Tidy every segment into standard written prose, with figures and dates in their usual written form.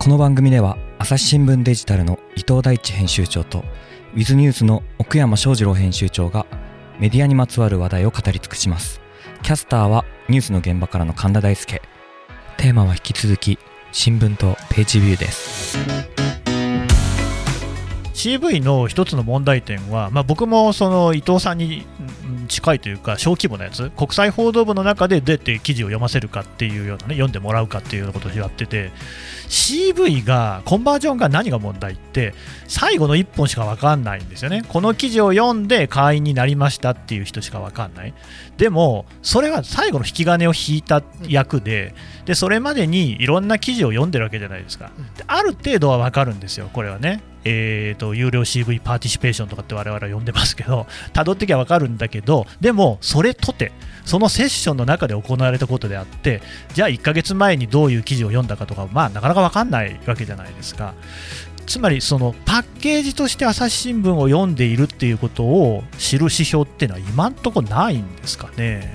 この番組では朝日新聞デジタルの伊藤大地編集長とウィズニュースの奥山翔二郎編集長がメディアにまつわる話題を語り尽くします。キャスターはニュースの現場からの神田大輔。テーマは引き続き新聞とページビューです。 CV の一つの問題点は、僕もその伊藤さんに近いというか小規模なやつ、国際報道部の中でどうやって記事を読ませるかっていうようなね、読んでもらうかっていうようなことをやってて、 CV がコンバージョンが何が問題って最後の1本しか分かんないんですよね。この記事を読んで会員になりましたっていう人しか分かんない。でもそれは最後の引き金を引いた役で、それまでにいろんな記事を読んでるわけじゃないですか。である程度は分かるんですよ、これはね。有料 CV パーティシペーションとかって我々は呼んでますけど、辿ってきゃ分かるんだけど、でもそれとてそのセッションの中で行われたことであって、じゃあ1ヶ月前にどういう記事を読んだかとか、なかなか分かんないわけじゃないですか。つまりそのパッケージとして朝日新聞を読んでいるっていうことを知る指標っていうのは今んとこないんですかね。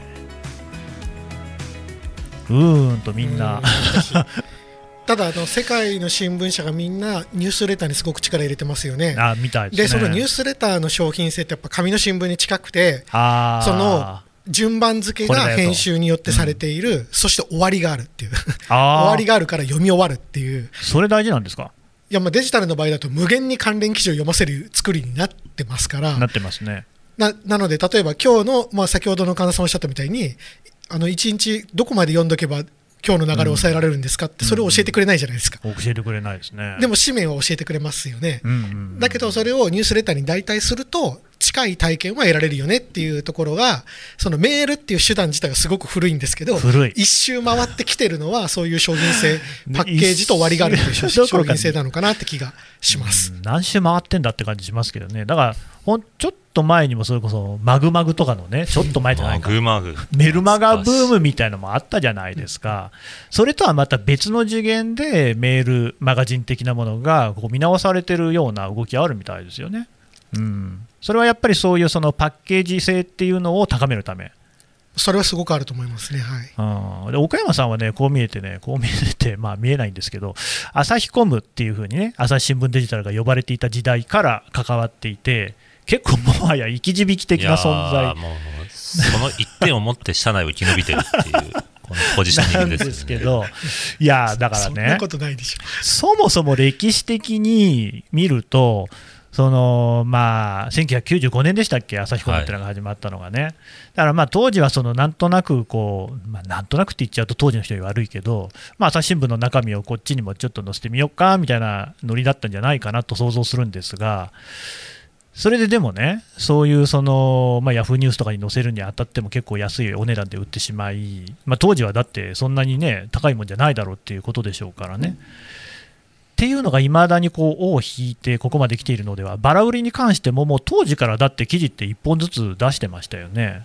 とみんなただ世界の新聞社がみんなニュースレターにすごく力入れてますよね。 みたいですね。 でそのニュースレターの商品性ってやっぱ紙の新聞に近くて、その順番付けが編集によってされている、そして終わりがあるっていう終わりがあるから読み終わるっていう。 それ大事なんですか。 いや、デジタルの場合だと無限に関連記事を読ませる作りになってますから。 なってますね。 なので例えば今日の、先ほどの神田さんおっしゃったみたいに、1日どこまで読んどけば今日の流れを抑えられるんですかって、それを教えてくれないじゃないですか。 教えてくれないですね。 でも紙面は教えてくれますよね。だけどそれをニュースレターに代替すると近い体験は得られるよねっていうところが、そのメールっていう手段自体はすごく古いんですけど、一周回ってきてるのはそういう商品性パッケージと終わりがあるという商品性なのかなって気がします。 何周回ってんだって感じしますけどね。だからちょっと前にもそれこそマグマグとかのね、ちょっと前じゃないか、メルマガブームみたいなのもあったじゃないですか。それとはまた別の次元でメールマガジン的なものがこう見直されてるような動きあるみたいですよね。それはやっぱりそういうそのパッケージ性っていうのを高めるため。 それはすごくあると思いますね。 で岡山さんはね、こう見えて、見えないんですけど、朝日コムっていう風にね、朝日新聞デジタルが呼ばれていた時代から関わっていて、結構もはや生き字引的な存在。 もうその一点を持って社内を生き延びてるっていうこのポジショニングですけど、 いやだからね、そんなことないでしょ。 そもそも歴史的に見ると、1995年でしたっけ、朝日コムっていうのが始まったのがね。だから当時はなんとなくなんとなくって言っちゃうと当時の人に悪いけど、朝日新聞の中身をこっちにもちょっと載せてみようかみたいなノリだったんじゃないかなと想像するんですが、それででもね、そういうヤフーニュースとかに載せるにあたっても結構安いお値段で売ってしまい、当時はだってそんなにね高いもんじゃないだろうっていうことでしょうからね。っていうのがいまだに尾を引いてここまで来ているのでは。バラ売りに関してももう当時からだって記事って1本ずつ出してましたよね。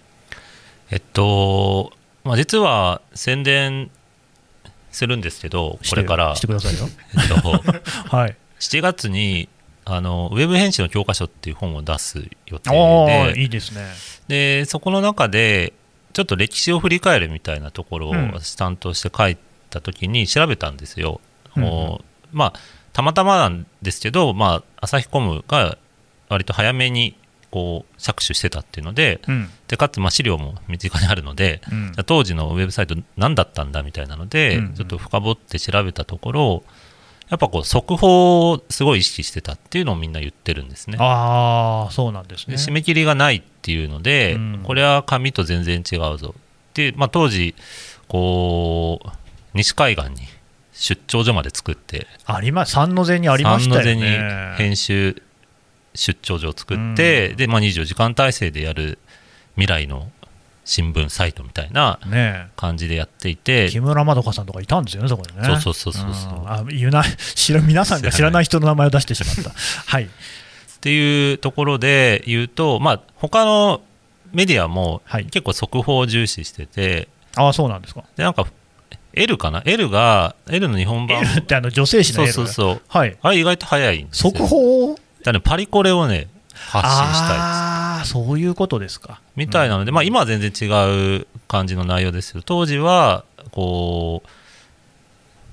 実は宣伝するんですけど、これからしてくださいよ 7月にウェブ編集の教科書っていう本を出す予定で、 いいですね。 でそこの中でちょっと歴史を振り返るみたいなところを担当して書いたときに調べたんですよ。たまたまなんですけど、朝日コムが割と早めに着手してたっていうので、でかつ資料も身近にあるので、じゃ当時のウェブサイト何だったんだみたいなので、ちょっと深掘って調べたところ、やっぱ速報をすごい意識してたっていうのをみんな言ってるんですね。 そうなんですね。 で締め切りがないっていうので、これは紙と全然違うぞで、当時西海岸に出張所まで作って、 三ノ瀬にありましたよね。 三ノ瀬に編集出張所を作って、で24時間体制でやる未来の新聞サイトみたいな感じでやっていて、 木村まどかさんとかいたんですよね、そこにね。皆さんが知らない人の名前を出してしまったっていうところで言うと、他のメディアも結構速報を重視してて、 そうなんですか。 でL かな、 L の日本版 L って女性誌の L、 あれ意外と早いんですよ。 速報パリコレをね発信したいです。 そういうことですか。 みたいなので、今は全然違う感じの内容ですけど、当時はこ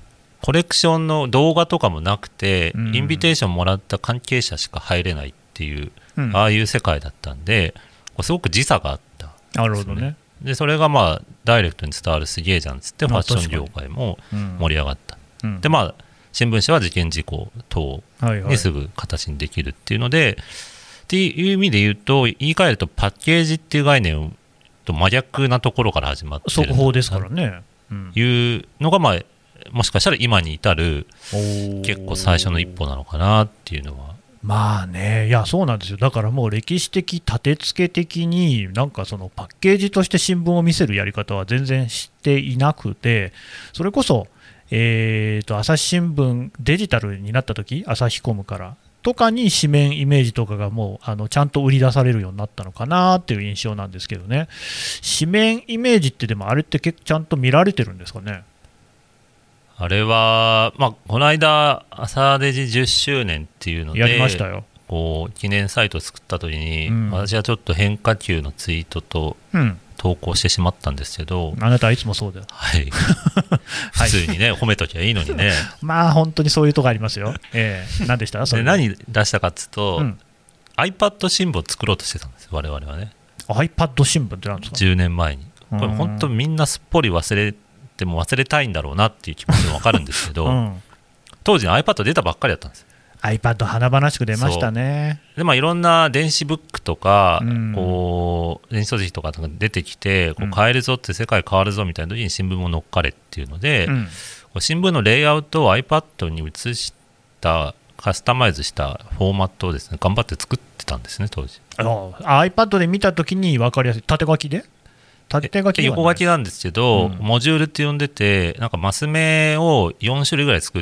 コレクションの動画とかもなくて、インビテーションもらった関係者しか入れないっていう、ああいう世界だったんで、すごく時差があったんですね。 なるほどね。 でそれがダイレクトに伝わるすげえじゃんっつってファッション業界も盛り上がった、で新聞社は事件事故等にすぐ形にできるっていうので、っていう意味で言うと、言い換えるとパッケージっていう概念と真逆なところから始まってる速報ですからね、 いうのが、もしかしたら今に至る結構最初の一歩なのかなっていうのは。 まあね、いやそうなんですよ。だからもう歴史的立て付け的になんかそのパッケージとして新聞を見せるやり方は全然していなくて、それこそ朝日新聞デジタルになった時、朝日コムからとかに紙面イメージとかがもうちゃんと売り出されるようになったのかなっていう印象なんですけどね。紙面イメージってでもあれってちゃんと見られてるんですかね。 あれは、この間朝デジ10周年っていうのでやりましたよ。 記念サイトを作った時に、私はちょっと変化球のツイートと投稿してしまったんですけど、 あなたはいつもそうだよ。 はい、普通にね、褒めときゃいいのにね。 本当にそういうとこありますよ。何でしたそれ。 何出したかっつうと、iPad 新聞を作ろうとしてたんですよ、我々はね。 iPad 新聞って何ですか。 10年前に。これ本当みんなすっぽり忘れても忘れたいんだろうなっていう気持ちも分かるんですけど、当時の iPad 出たばっかりだったんですよ。 iPad 華々しく出ましたね。 でいろんな電子ブックとか、電子書籍とか出てきて、変えるぞって世界変わるぞみたいな時に新聞も乗っかれっていうので、新聞のレイアウトを iPad に移したカスタマイズしたフォーマットをですね、頑張って作ってたんですね、当時。 iPad で見た時に分かりやすい縦書きで横書きなんですけど、モジュールって呼んでて、なんかマス目を4種類ぐらい作って、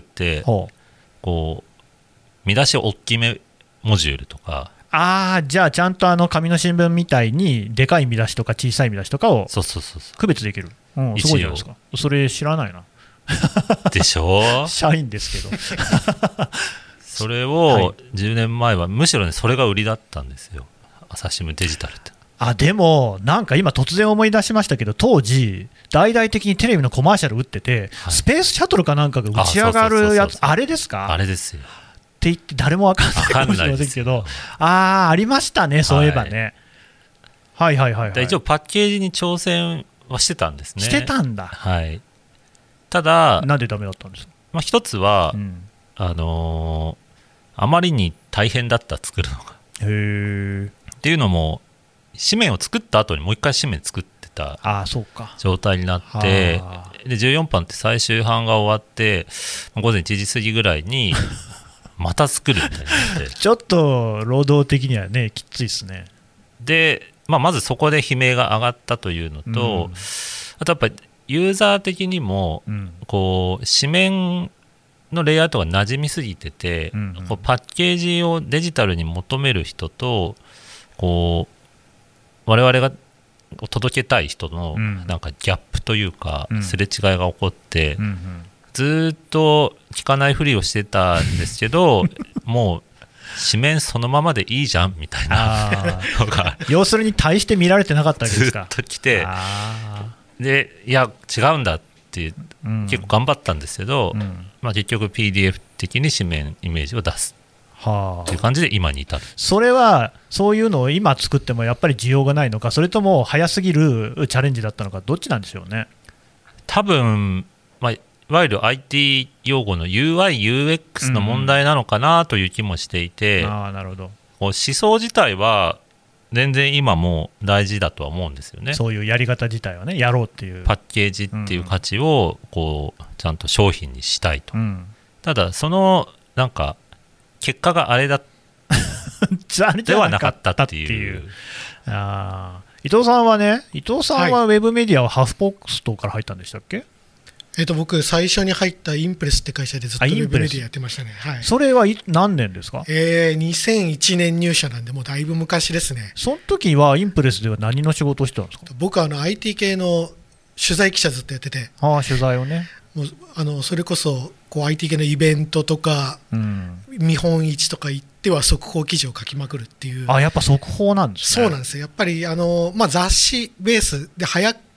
見出し大きめモジュールとか。 じゃあちゃんと紙の新聞みたいにでかい見出しとか小さい見出しとかを区別できる。すごいじゃないですか。それ知らないな。 でしょ社員ですけど。 それを10年前はむしろね、それが売りだったんですよ、朝日新聞デジタルって。 でもなんか今突然思い出しましたけど、当時大々的にテレビのコマーシャル打ってて、スペースシャトルかなんかが打ち上がるやつ、あれですか。 あれですよって言って誰も分かんないかもしれませんけど、ありましたね、そういえばね。 一応パッケージに挑戦はしてたんですね。 してたんだ。 ただなんでダメだったんですか。 一つは、あまりに大変だった作るのが。っていうのも紙面を作った後にもう一回紙面作ってた状態になって、で14版って最終版が終わって午前1時過ぎぐらいにまた作るみたいになってちょっと労働的にはねきついですね。 で、まずそこで悲鳴が上がったというのと、あとやっぱりユーザー的にも紙面のレイアウトが馴染みすぎてて、パッケージをデジタルに求める人と我々が届けたい人のなんかギャップというかすれ違いが起こって、ずっと聞かないふりをしてたんですけどもう紙面そのままでいいじゃんみたいなのが要するに対して見られてなかったわけですか。 ずっと来て、でいや違うんだって結構頑張ったんですけど、結局 PDF 的に紙面イメージを出すっていう感じで今に至る。 それはそういうのを今作ってもやっぱり需要がないのか、それとも早すぎるチャレンジだったのか、どっちなんでしょうね。 多分、いわゆる IT 用語の UI、UX の問題なのかなという気もしていて、 なるほど。 思想自体は全然今も大事だとは思うんですよね。 そういうやり方自体はね、やろうっていうパッケージっていう価値をちゃんと商品にしたいと、ただそのなんか結果があれだではなかったっていう。 伊藤さんはウェブメディアはハフポストから入ったんでしたっけ。 僕最初に入ったインプレスって会社でずっとウェブメディアやってましたね。 それは何年ですか。 2001年入社なんでもうだいぶ昔ですね。 その時はインプレスでは何の仕事をしてたんですか。 僕はIT 系の取材記者ずっとやってて、 取材をね、 もうそれこそIT 系のイベントとか、見本市とか行っては速報記事を書きまくるっていう。 やっぱ速報なんですね。 そうなんですよ。やっぱり雑誌ベースで早く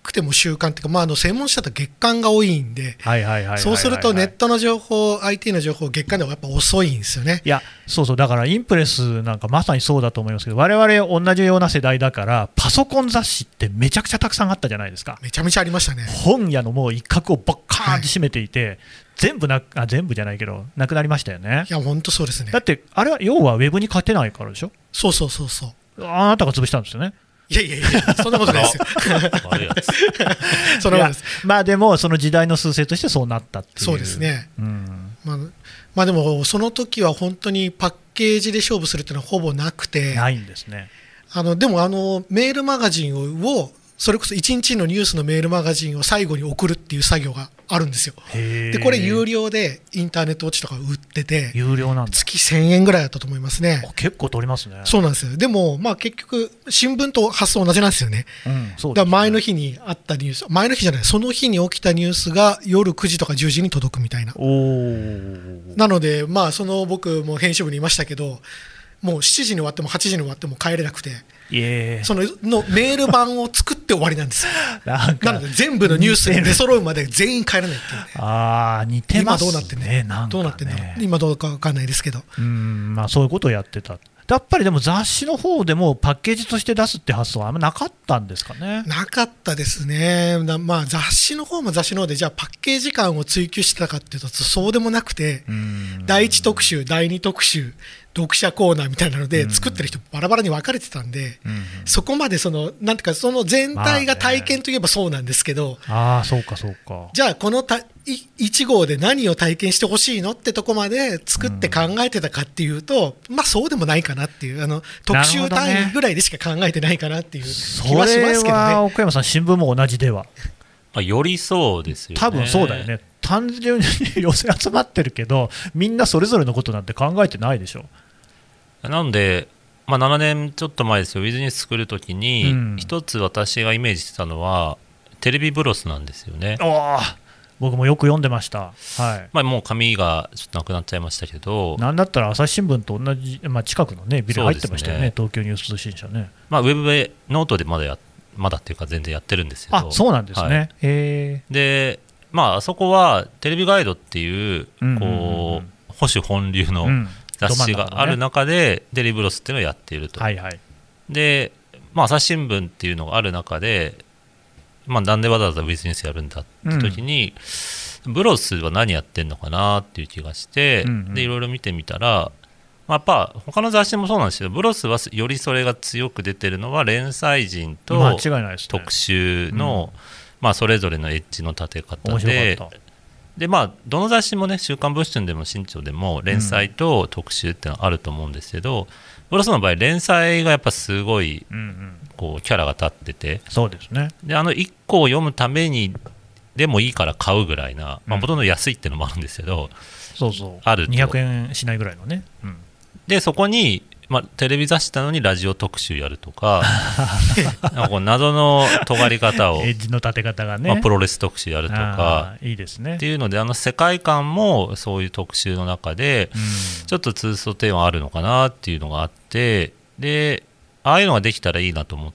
くても週刊っていうか、専門誌だと月刊が多いんで、そうするとネットの情報、IT の情報、月刊ではやっぱ遅いんですよね。 いや、そうだからインプレスなんかまさにそうだと思いますけど、我々同じような世代だから、パソコン雑誌ってめちゃくちゃたくさんあったじゃないですか。 めちゃめちゃありましたね。 本屋のもう一角をバッカーンって閉めていて、全部全部じゃないけどなくなりましたよね。 いや本当そうですね。 だってあれは要はウェブに勝てないからでしょ。 そうあなたが潰したんですよね。 いやそんなことないですよそんなことです。 でもその時代の趨勢としてそうなったっていう。 そうですね、でもその時は本当にパッケージで勝負するっていうのはほぼなくて、 ないんですね。 でもメールマガジンをそれこそ1日のニュースのメールマガジンを最後に送るっていう作業があるんですよ。でこれ有料でインターネットウォッチとか売ってて、 有料なんだ。 月1000円ぐらいだったと思いますね。 結構取りますね。 そうなんですよ。でも結局新聞と発想同じなんですよね。だから前の日にあったニュース、前の日じゃない、その日に起きたニュースが夜9時とか10時に届くみたいな。なので僕も編集部にいましたけど、もう7時に終わっても8時に終わっても帰れなくて、そのメール版を作って終わりなんですよなので全部のニュースに出揃うまで全員帰らないっていうね。 似てますね。 今どうなってんの、どうなってんの、今どうか分かんないですけど、 そういうことをやってた。やっぱりでも雑誌の方でもパッケージとして出すって発想はあんまなかったんですかね。 なかったですね。雑誌の方も雑誌の方でじゃあパッケージ感を追求してたかっていうとそうでもなくて、第1特集第2特集読者コーナーみたいなので作ってる人バラバラに分かれてたんで、そこまでなんていうかその全体が体験といえばそうなんですけど、 そうかじゃあこの1号で何を体験してほしいのってとこまで作って考えてたかっていうと、そうでもないかなっていう、特集単位ぐらいでしか考えてないかなっていう気はしますけどね。 それは奥山さん新聞も同じでは。 よりそうですよね。 多分そうだよね。単純に寄せ集まってるけどみんなそれぞれのことなんて考えてないでしょ。 なので、7年ちょっと前ですよ、ウィズニュース作るときに、一つ私がイメージしてたのはテレビブロスなんですよね。 僕もよく読んでました。 もう紙がちょっとなくなっちゃいましたけど、 なんだったら朝日新聞と同じ、近くの、ビル入ってましたよね、東京ニュース通信社ね。 ウェブでノートでまだっていうか全然やってるんですけど。 そうなんですね。 で、あそこはテレビガイドっていう保守本流の雑誌がある中でテレビブロスっていうのをやっていると。で、朝日新聞っていうのがある中で、なんでわざわざウィズニュースやるんだって時に、ブロスは何やってんのかなっていう気がして、でいろいろ見てみたら、やっぱ他の雑誌もそうなんですけど、ブロスはよりそれが強く出てるのは連載陣と特集の、それぞれのエッジの立て方で、どの雑誌もね、週刊文春でも新潮でも連載と特集っていうのはあると思うんですけど、ブロスの場合連載がやっぱすごいこうキャラが立ってて、 そうですね。 で1個を読むためにでもいいから買うぐらいな、ほとんど安いっていうのもあるんですけど、あると 200円しないぐらいのね。 でそこにテレビ雑誌なのにラジオ特集やるとかなんか謎の尖り方をエッジの立て方がね、 プロレス特集やるとかいいですねっていうので、世界観もそういう特集の中でちょっと通奏点はあるのかなっていうのがあって、でああいうのができたらいいなと思って、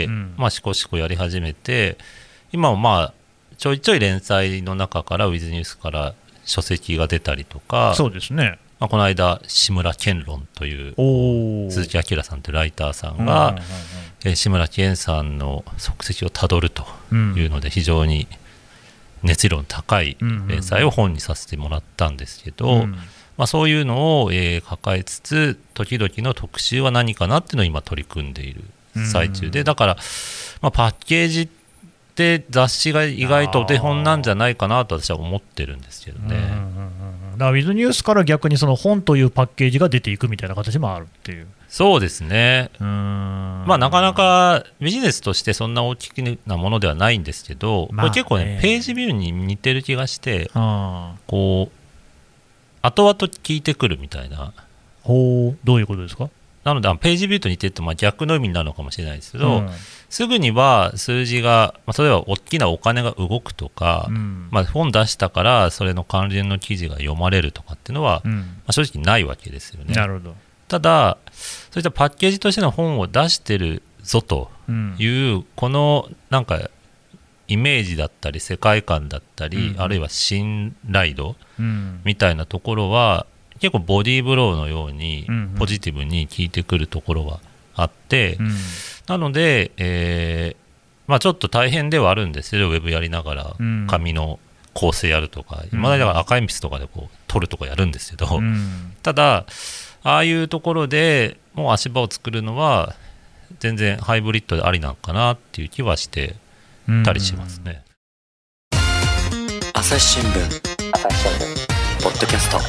しこしこやり始めて、今もちょいちょい連載の中からウィズニュースから書籍が出たりとか。 そうですね。 この間志村けん論という鈴木明さんというライターさんが志村けんさんの足跡をたどるというので非常に熱量の高い連載を本にさせてもらったんですけど、そういうのを抱えつつ時々の特集は何かなっていうのを今取り組んでいる最中で、だからパッケージって雑誌が意外とお手本なんじゃないかなと私は思ってるんですけどね。 だからウィズニュースから逆にその本というパッケージが出ていくみたいな形もあるっていう。 そうですね。なかなかビジネスとしてそんな大きなものではないんですけど、これ結構ね、ページビューに似てる気がして、こう後々聞いてくるみたいな。 どういうことですか？ なのでページビューと似てると逆の意味になるのかもしれないですけど、すぐには数字が、例えば大きなお金が動くとか、本出したからそれの関連の記事が読まれるとかっていうのは、正直ないわけですよね。 なるほど。 ただそういったパッケージとしての本を出してるぞという、このなんかイメージだったり世界観だったり、あるいは信頼度みたいなところは結構ボディーブローのようにポジティブに効いてくるところはあって、なので、ちょっと大変ではあるんですけど、ウェブやりながら紙の構成やるとか、今までだから赤鉛筆とかでこう取るとかやるんですけど、ただああいうところでもう足場を作るのは全然ハイブリッドでありなのかなっていう気はしてたりしますね。 朝日新聞ポッドキャスト、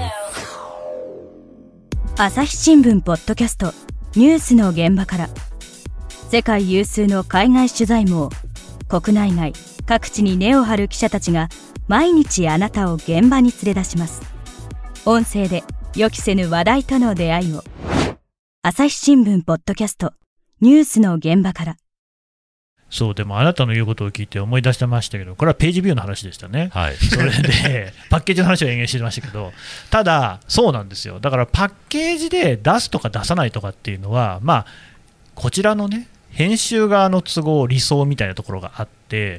朝日新聞ポッドキャスト、ニュースの現場から、世界有数の海外取材網、国内外各地に根を張る記者たちが毎日あなたを現場に連れ出します。音声で予期せぬ話題との出会いを。朝日新聞ポッドキャスト、ニュースの現場から。 そう、でもあなたの言うことを聞いて思い出してましたけど、これはページビューの話でしたね。 はい、 それでパッケージの話を延々してましたけど、ただそうなんですよ。だからパッケージで出すとか出さないとかっていうのは、こちらのね、編集側の都合、理想みたいなところがあって、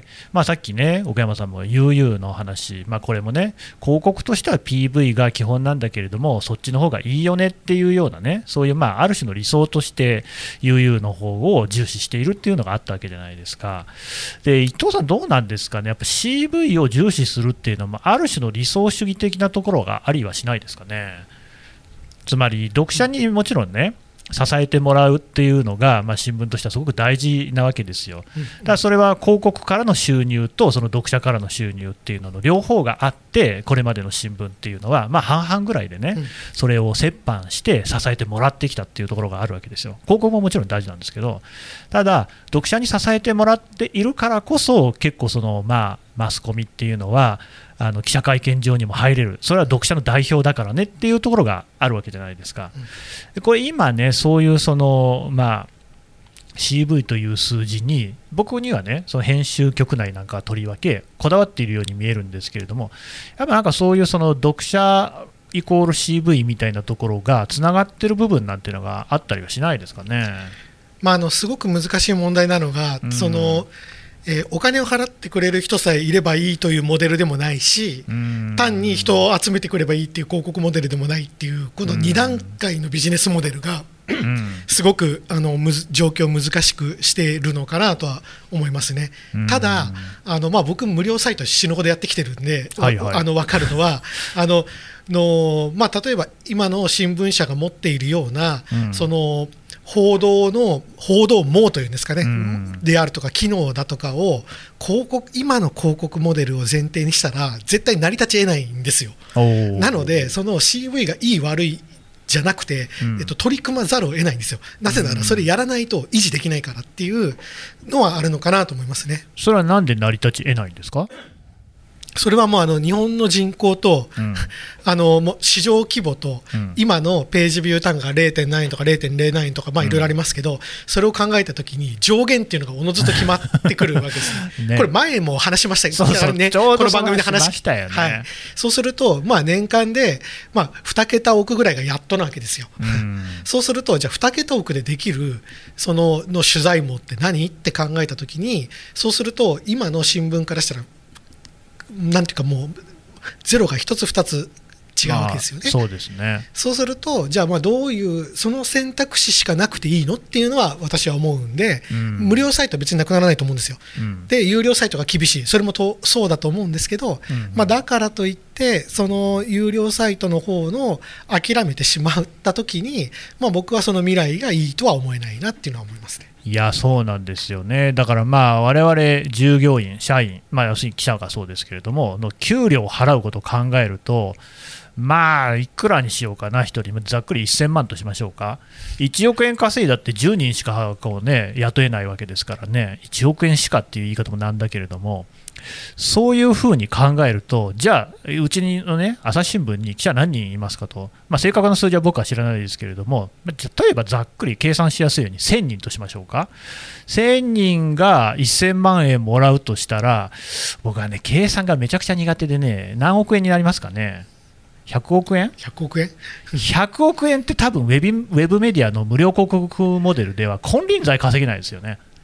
さっきね、奥山さんも UU の話、これもね、広告としては PV が基本なんだけれども、そっちの方がいいよねっていうようなね、そういうある種の理想として UU の方を重視しているっていうのがあったわけじゃないですか。で、伊藤さん、どうなんですかね、やっぱ CV を重視するっていうのも、ある種の理想主義的なところがありはしないですかね。つまり、読者にもちろんね、支えてもらうっていうのが、新聞としてはすごく大事なわけですよ。だからそれは広告からの収入とその読者からの収入っていうのの両方があって、これまでの新聞っていうのは半々ぐらいでね、それを折半して支えてもらってきたっていうところがあるわけですよ。広告ももちろん大事なんですけど、ただ読者に支えてもらっているからこそ、結構そのマスコミっていうのは記者会見場にも入れる、それは読者の代表だからねっていうところがあるわけじゃないですか。これ今ね、そういうそのCV という数字に僕にはね、その編集局内なんかはとりわけこだわっているように見えるんですけれども、やっぱなんかそういうその読者イコール CV みたいなところがつながってる部分なんていうのがあったりはしないですかね。 すごく難しい問題なのが、お金を払ってくれる人さえいればいいというモデルでもないし、単に人を集めてくればいいっていう広告モデルでもないっていう、この2段階のビジネスモデルがすごく状況を難しくしているのかなとは思いますね。ただ僕無料サイト死ぬほどやってきてるんで、分かるのは例えば今の新聞社が持っているような、その報道網というんですかね、であるとか機能だとかを今の広告モデルを前提にしたら絶対成り立ち得ないんですよ。なのでその CV がいい悪いじゃなくて、取り組まざるを得ないんですよ。なぜならそれやらないと維持できないからっていうのはあるのかなと思いますね。 それはなんで成り立ち得ないんですか？ それはもう日本の人口と、もう市場規模と、今のページビュー単価が 0. 何円とか 0.09 とかいろいろありますけど、それを考えたときに上限っていうのがおのずと決まってくるわけですね。これ前も話しましたけど、この番組で話しましたよね。そうすると年間で2桁億ぐらいがやっとなわけですよ。そうするとじゃあ2桁億でできるその取材網って何って考えたときに、そうすると今の新聞からしたらなんていうか、もうゼロが1つ2つ違うわけですよね。 そうですね。 そうするとじゃあどういうその選択肢しかなくていいのっていうのは私は思うんで、無料サイトは別になくならないと思うんですよ。で有料サイトが厳しい、それもそうだと思うんですけど、だからといってその有料サイトの方の諦めてしまった時に、僕はその未来がいいとは思えないなっていうのは思いますね。 いや、そうなんですよね。だから我々従業員、社員、要するに記者がそうですけれども、の給料を払うことを考えると、いくらにしようかな、1人、ざっくり1000万としましょうか、1億円稼いだって10人しか雇えないわけですからね、1億円しかっていう言い方もなんだけれども、そういうふうに考えると、じゃあ、うちのね、朝日新聞に記者何人いますかと、正確な数字は僕は知らないですけれども、例えばざっくり計算しやすいように1000人としましょうか、1000人が1000万円もらうとしたら、僕はね、計算がめちゃくちゃ苦手でね、何億円になりますかね。100億円 ?100 億円 100億円って多分ウェブメディアの無料広告モデルでは金輪際稼げないですよね。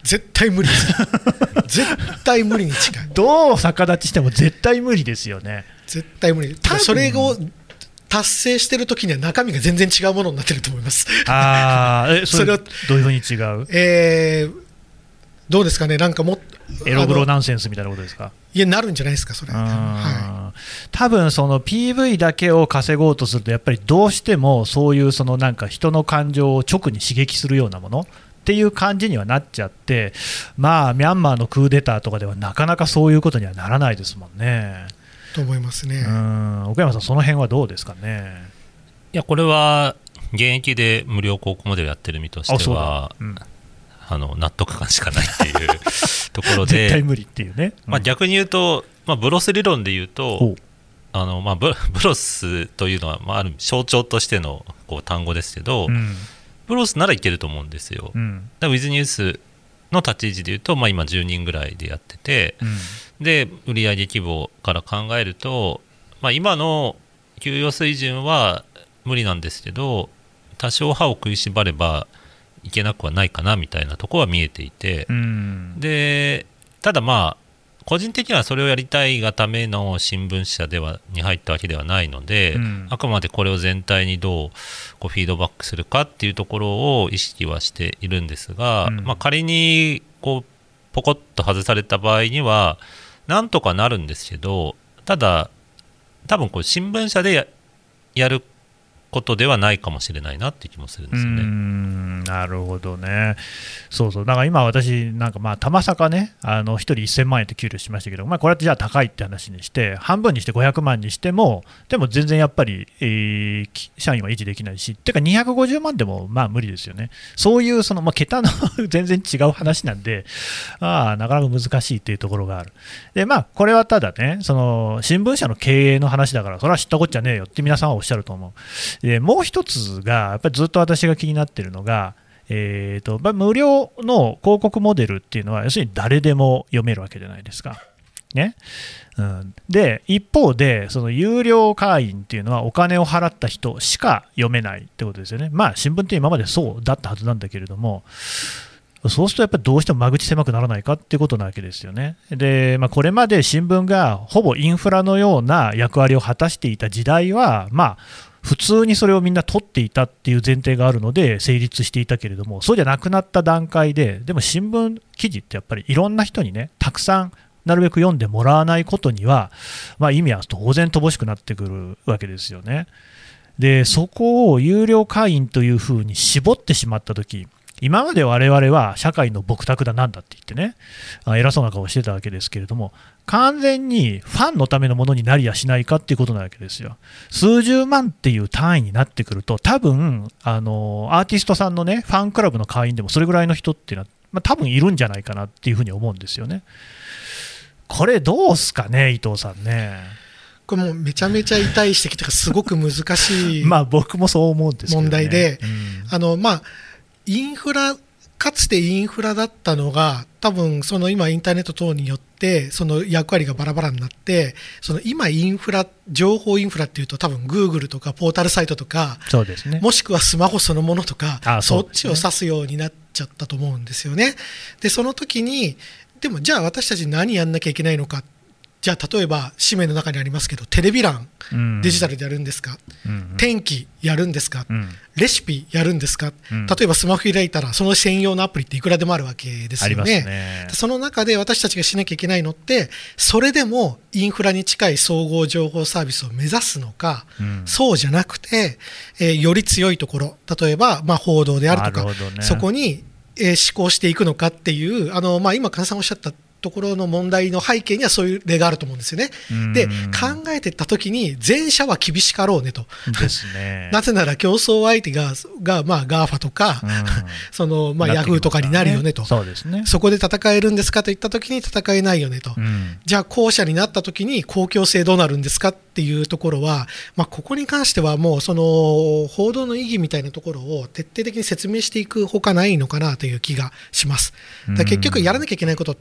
絶対無理です絶対無理に近い。 どう逆立ちしても絶対無理ですよね。 絶対無理。それを達成してる時には中身が全然違うものになってると思います。 それはどういうふうに違う？ どうですかね、なんかエログロナンセンスみたいなことですか？ いや、なるんじゃないですか、それ。 多分その PV だけを稼ごうとすると、やっぱりどうしてもそういうそのなんか人の感情を直に刺激するようなものっていう感じにはなっちゃって、まあミャンマーのクーデターとかではなかなかそういうことにはならないですもんね。 と思いますね。 奥山さん、その辺はどうですかね。 いや、これは現役で無料広告モデルやってる身としては、納得感しかないっていうところで絶対無理っていうね、 逆に言うと、ブロス理論で言うと、ブロスというのは、ある象徴としてのこう単語ですけど、ブロスならいけると思うんですよ。だからウィズニュースの立ち位置で言うと、今10人ぐらいでやってて、で売上規模から考えると、今の給与水準は無理なんですけど、多少歯を食いしばればいけなくはないかなみたいなところは見えていて、でただ個人的にはそれをやりたいがための新聞社に入ったわけではないので、あくまでこれを全体にどうフィードバックするかっていうところを意識はしているんですが、仮にポコッと外された場合にはなんとかなるんですけど、ただ多分新聞社でやることではないかもしれないなっていう気もするんですよね。 なるほどね。そうそう、だから今私なんかたまさかね、1人1000万円って給料しましたけど、これってじゃあ高いって話にして半分にして500万にしても、でも全然やっぱり、社員は維持できないし、ってか250万でも無理ですよね。そういう桁の全然違う話なんで、なかなか難しいっていうところがある。でこれはただね、その新聞社の経営の話だから、それは知ったこっちゃねえよって皆さんはおっしゃると思う。でもう一つがやっぱりずっと私が気になっているのが、無料の広告モデルっていうのは要するに誰でも読めるわけじゃないですか、ね。で一方でその有料会員っていうのはお金を払った人しか読めないってことですよね。新聞って今までそうだったはずなんだけれども、そうするとやっぱりどうしても間口狭くならないかっていうことなわけですよね。で、これまで新聞がほぼインフラのような役割を果たしていた時代は普通にそれをみんな取っていたっていう前提があるので成立していたけれども、そうじゃなくなった段階で、でも新聞記事ってやっぱりいろんな人にね、たくさんなるべく読んでもらわないことには、意味は当然乏しくなってくるわけですよね。でそこを有料会員というふうに絞ってしまったとき、今まで我々は社会の牧託だなんだって言ってね、偉そうな顔してたわけですけれども、完全にファンのためのものになりやしないかっていうことなわけですよ。数十万っていう単位になってくると、多分アーティストさんのね、ファンクラブの会員でもそれぐらいの人っていうのは、多分いるんじゃないかなっていうふうに思うんですよね。これどうすかね、伊藤さんね。 これもうめちゃめちゃ痛い指摘というか、すごく難しい僕もそう思うんですけどね、 問題で、インフラ、かつてインフラだったのが、多分その今インターネット等によってその役割がバラバラになって、その今インフラ、情報インフラっていうと多分 Google とかポータルサイトとか、 そうですね、 もしくはスマホそのものとか、そっちを指すようになっちゃったと思うんですよね。でその時にでもじゃあ私たち何やんなきゃいけないのか。じゃあ例えば紙面の中にありますけど、テレビ欄、デジタルでやるんですか、天気やるんですか、レシピやるんですか、例えばスマホ開いたらその専用のアプリっていくらでもあるわけですよね。その中で私たちがしなきゃいけないのって、それでもインフラに近い総合情報サービスを目指すのか、そうじゃなくて、より強いところ、例えば報道であるとか、そこに施行していくのかっていう、今金さんおっしゃったところの問題の背景にはそういう例があると思うんですよね。で考えていったときに前者は厳しかろうねとですね。 なぜなら競争相手がGAFA とか、そのヤフーとかになるよねと。 そうですね。 そこで戦えるんですかといったときに戦えないよねと、じゃあ後者になったときに公共性どうなるんですかっていうところは、ここに関してはもうその報道の意義みたいなところを徹底的に説明していくほかないのかなという気がします。だから結局やらなきゃいけないことって読者が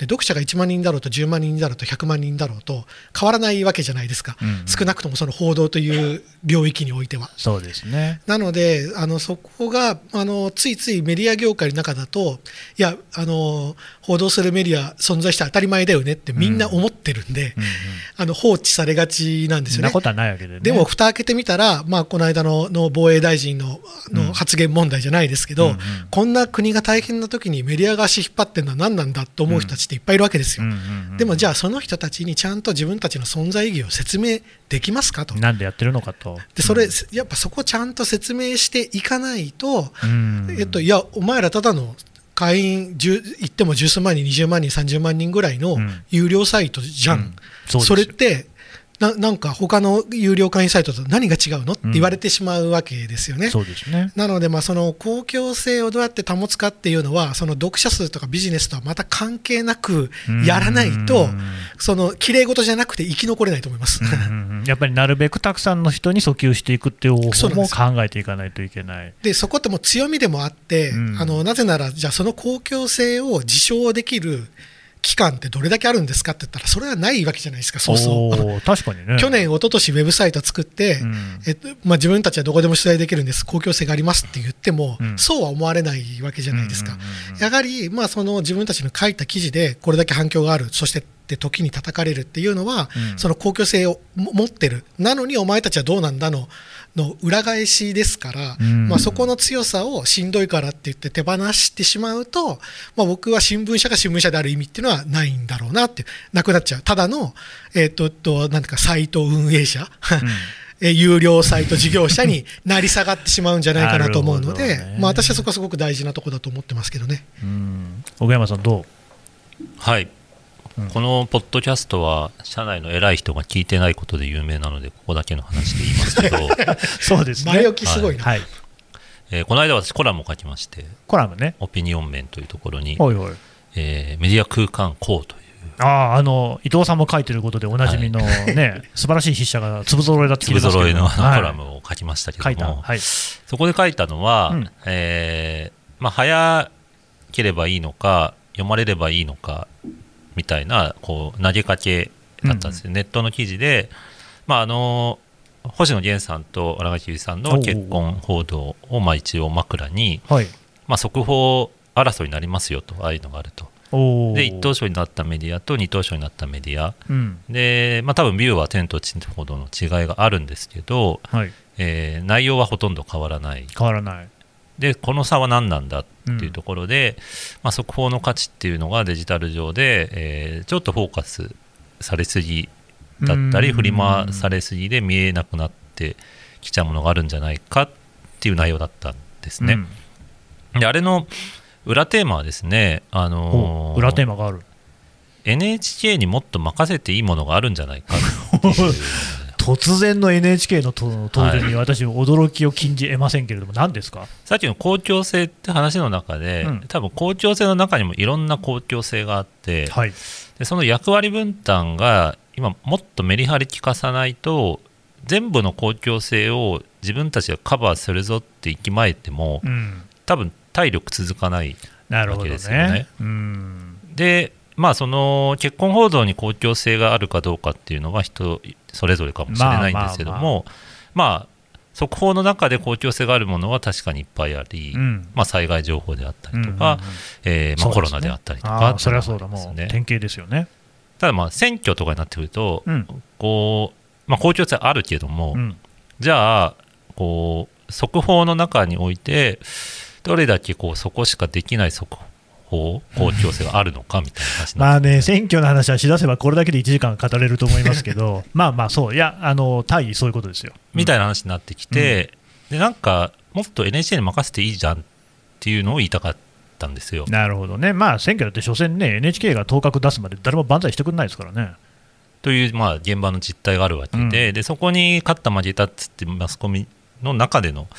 1万人だろうと10万人だろうと100万人だろうと変わらないわけじゃないですか、少なくともその報道という領域においては。 そうですね。 なのでそこがついついメディア業界の中だと、いや報道するメディア存在して当たり前だよねってみんな思ってるんで、放置されがちなんですよね。 そんなことはないわけでね。 でも蓋開けてみたら、この間の防衛大臣の発言問題じゃないですけど、こんな国が大変な時にメディアが足引っ張ってるのは何なんだと思う人たちっていっぱいいるわけですよ。でもじゃあその人たちにちゃんと自分たちの存在意義を説明できますかと。 なんでやってるのかと。 でやっぱそこをちゃんと説明していかないと、いやお前らただの会員言っても十数万人20万人30万人ぐらいの有料サイトじゃん、それってなんか他の有料会員サイトと何が違うのって言われてしまうわけですよね。 そうですね。 なのでその公共性をどうやって保つかっていうのはその読者数とかビジネスとはまた関係なくやらないと、その綺麗事じゃなくて生き残れないと思いますやっぱりなるべくたくさんの人に訴求していくっていう方法も考えていかないといけない。 でそこってもう強みでもあって、なぜならじゃあその公共性を自称できる期間ってどれだけあるんですかって言ったらそれはないわけじゃないですか。そう確かにね。 去年一昨年ウェブサイト作って、自分たちはどこでも取材できるんです、公共性がありますって言っても、そうは思われないわけじゃないですか。やはりその自分たちの書いた記事でこれだけ反響がある、そして時に叩かれるっていうのは、その公共性を持ってる、なのにお前たちはどうなんだの裏返しですから、そこの強さをしんどいからって言って手放してしまうと、僕は新聞社が新聞社である意味っていうのはないんだろうなって、なくなっちゃう。ただの、なんかサイト運営者、有料サイト事業者になり下がってしまうんじゃないかなと思うので、私はそこはすごく大事なところだと思ってますけどね。 奥山さんどう？ はい、このポッドキャストは社内の偉い人が聞いてないことで有名なのでここだけの話で言いますけどそうですね、前置きすごいな、 はいこの間私コラムを書きまして、 コラムね、 オピニオン面というところに、 メディア空間こうという伊藤さんも書いてることでおなじみのね、素晴らしい筆者が粒揃いだって聞いてますけど、 粒揃いのコラムを書きましたけども、そこで書いたのは、早ければいいのか読まれればいいのかみたいな投げかけだったんですよ、ネットの記事で、星野源さんと新垣結衣さんの結婚報道を一応枕に、速報争いになりますよと、ああいうのがあると。で1等賞になったメディアと2等賞になったメディア、で多分ビューは天と地ほどの違いがあるんですけど、内容はほとんど変わらない。でこの差は何なんだっていうところで、速報の価値っていうのがデジタル上で、ちょっとフォーカスされすぎだったり振り回されすぎで見えなくなってきちゃうものがあるんじゃないかっていう内容だったんですね。であれの裏テーマはですね、 裏テーマがある。 NHK にもっと任せていいものがあるんじゃないかっていう突然の NHK の登場に私驚きを禁じ得ませんけれども、何ですか？ さっきの公共性って話の中で、多分公共性の中にもいろんな公共性があって、でその役割分担が今もっとメリハリ効かさないと全部の公共性を自分たちがカバーするぞって息巻いても、多分体力続かないわけですよね。でその結婚報道に公共性があるかどうかっていうのは人それぞれかもしれないんですけども、速報の中で公共性があるものは確かにいっぱいあり、災害情報であったりとか、コロナであったりとか、 それはそうだ、もう典型ですよね。 ただ選挙とかになってくると、公共性あるけども、じゃあ速報の中においてどれだけそこしかできない速報公共性があるのかみたいな話なんです。 選挙の話はしだせばこれだけで1時間語れると思いますけどそういやそういうことですよ、 みたいな話になってきて、でなんかもっと NHK に任せていいじゃんっていうのを言いたかったんですよ。 なるほどね。選挙だって所詮ね NHK が当確出すまで誰も万歳してくれないですからねという現場の実態があるわけで、でそこに勝った負けたっつってマスコミの中での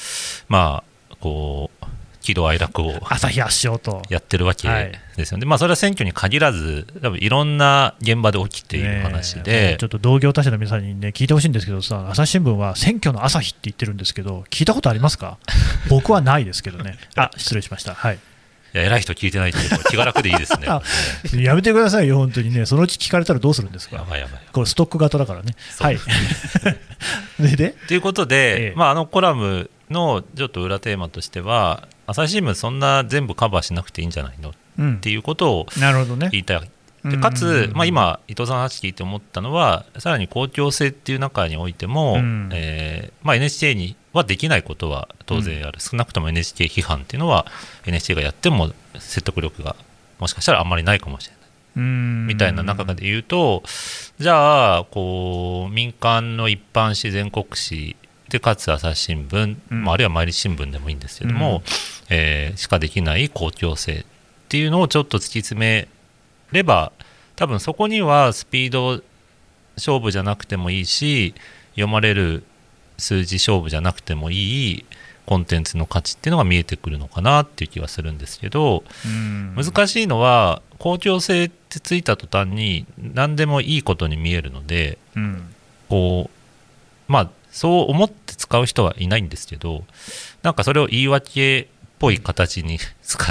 喜怒哀楽を朝日圧勝とやってるわけですよね。それは選挙に限らず多分いろんな現場で起きている話で、 ちょっと同業他社の皆さんにね聞いてほしいんですけどさ、朝日新聞は選挙の朝日って言ってるんですけど聞いたことありますか？僕はないですけどね。失礼しました。 いや偉い人聞いてないっていう気が楽でいいですねやめてくださいよ本当にね。そのうち聞かれたらどうするんですか。 やばいこれストック型だからね。はいでということで、コラムのちょっと裏テーマとしては、朝日新聞そんな全部カバーしなくていいんじゃないの、っていうことを言いたい。でかつ、今伊藤さんの話聞いて思ったのは、さらに公共性っていう中においても、NHK にはできないことは当然ある、少なくとも NHK 批判っていうのは NHK がやっても説得力がもしかしたらあんまりないかもしれないみたいな中で言うと、じゃあこう民間の一般紙全国紙でかつ朝日新聞、あるいは毎日新聞でもいいんですけども、しかできない公共性っていうのをちょっと突き詰めれば、多分そこにはスピード勝負じゃなくてもいいし、読まれる数字勝負じゃなくてもいいコンテンツの価値っていうのが見えてくるのかなっていう気がするんですけど、難しいのは公共性ってついた途端に何でもいいことに見えるので、こうそう思って使う人はいないんですけど、なんかそれを言い訳っぽい形に使って、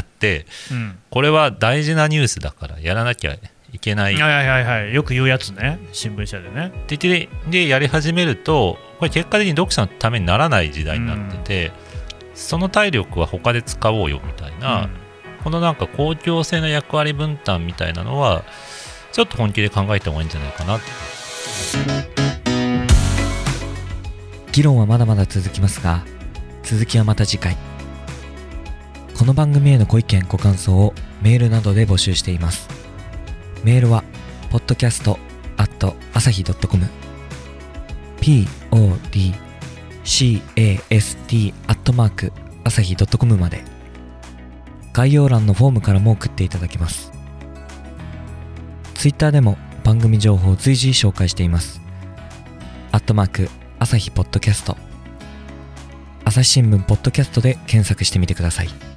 これは大事なニュースだからやらなきゃいけない、 よく言うやつね、新聞社でね。 でやり始めると、これ結果的に読者のためにならない時代になってて、その体力は他で使おうよみたいな、このなんか公共性の役割分担みたいなのはちょっと本気で考えた方がいいんじゃないかな。 議論はまだまだ続きますが、続きはまた次回。この番組へのご意見ご感想をメールなどで募集しています。メールは podcast@asahi.com podcast@asahi.com まで。概要欄のフォームからも送っていただけます。ツイッターでも番組情報を随時紹介しています。朝日ポッドキャスト、朝日新聞ポッドキャストで検索してみてください。